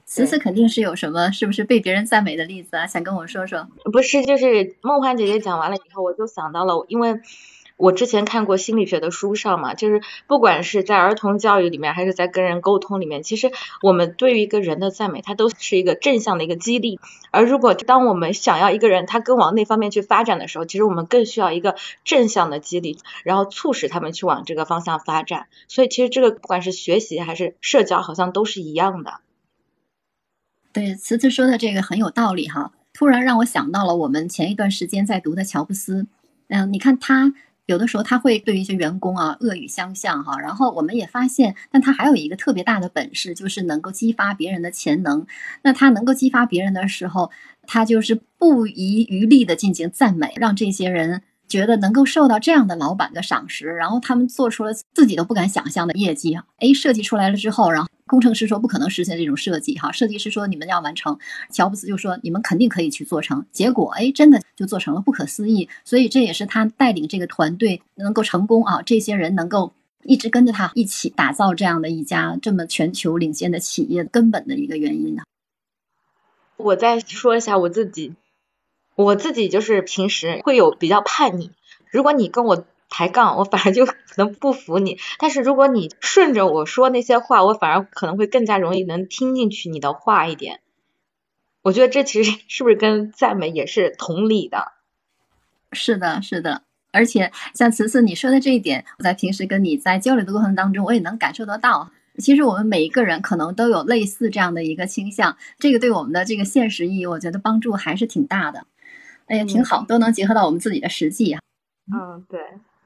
慈慈肯定是有什么，是不是被别人赞美的例子啊？想跟我说说？ 不是，就是梦幻姐姐讲完了以后，我就想到了，因为我之前看过心理学的书上嘛，就是不管是在儿童教育里面，还是在跟人沟通里面，其实我们对于一个人的赞美，它都是一个正向的一个激励。而如果当我们想要一个人他更往那方面去发展的时候，其实我们更需要一个正向的激励，然后促使他们去往这个方向发展。所以其实这个不管是学习还是社交，好像都是一样的。 对，慈慈说的这个很有道理哈，突然让我想到了我们前一段时间在读的乔布斯。你看他有的时候他会对一些员工啊恶语相向哈，然后我们也发现，但他还有一个特别大的本事，就是能够激发别人的潜能。那他能够激发别人的时候，他就是不遗余力的进行赞美，让这些人觉得能够受到这样的老板的赏识，然后他们做出了自己都不敢想象的业绩啊！哎，设计出来了之后，然后工程师说不可能实现这种设计哈，设计师说你们要完成，乔布斯就说你们肯定可以去做成，结果哎真的就做成了，不可思议。所以这也是他带领这个团队能够成功啊，这些人能够一直跟着他一起打造这样的一家这么全球领先的企业根本的一个原因呢。 我再说一下我自己就是平时会有比较叛逆，如果你跟我抬杠，我反而就可能不服你，但是如果你顺着我说那些话，我反而可能会更加容易能听进去你的话一点。我觉得这其实是不是跟赞美也是同理的？ 是的，是的。而且像慈慈你说的这一点，我在平时跟你在交流的过程当中，我也能感受得到。其实我们每一个人可能都有类似这样的一个倾向，这个对我们的这个现实意义，我觉得帮助还是挺大的。哎呀，挺嗯好，都能结合到我们自己的实际啊。 嗯，对。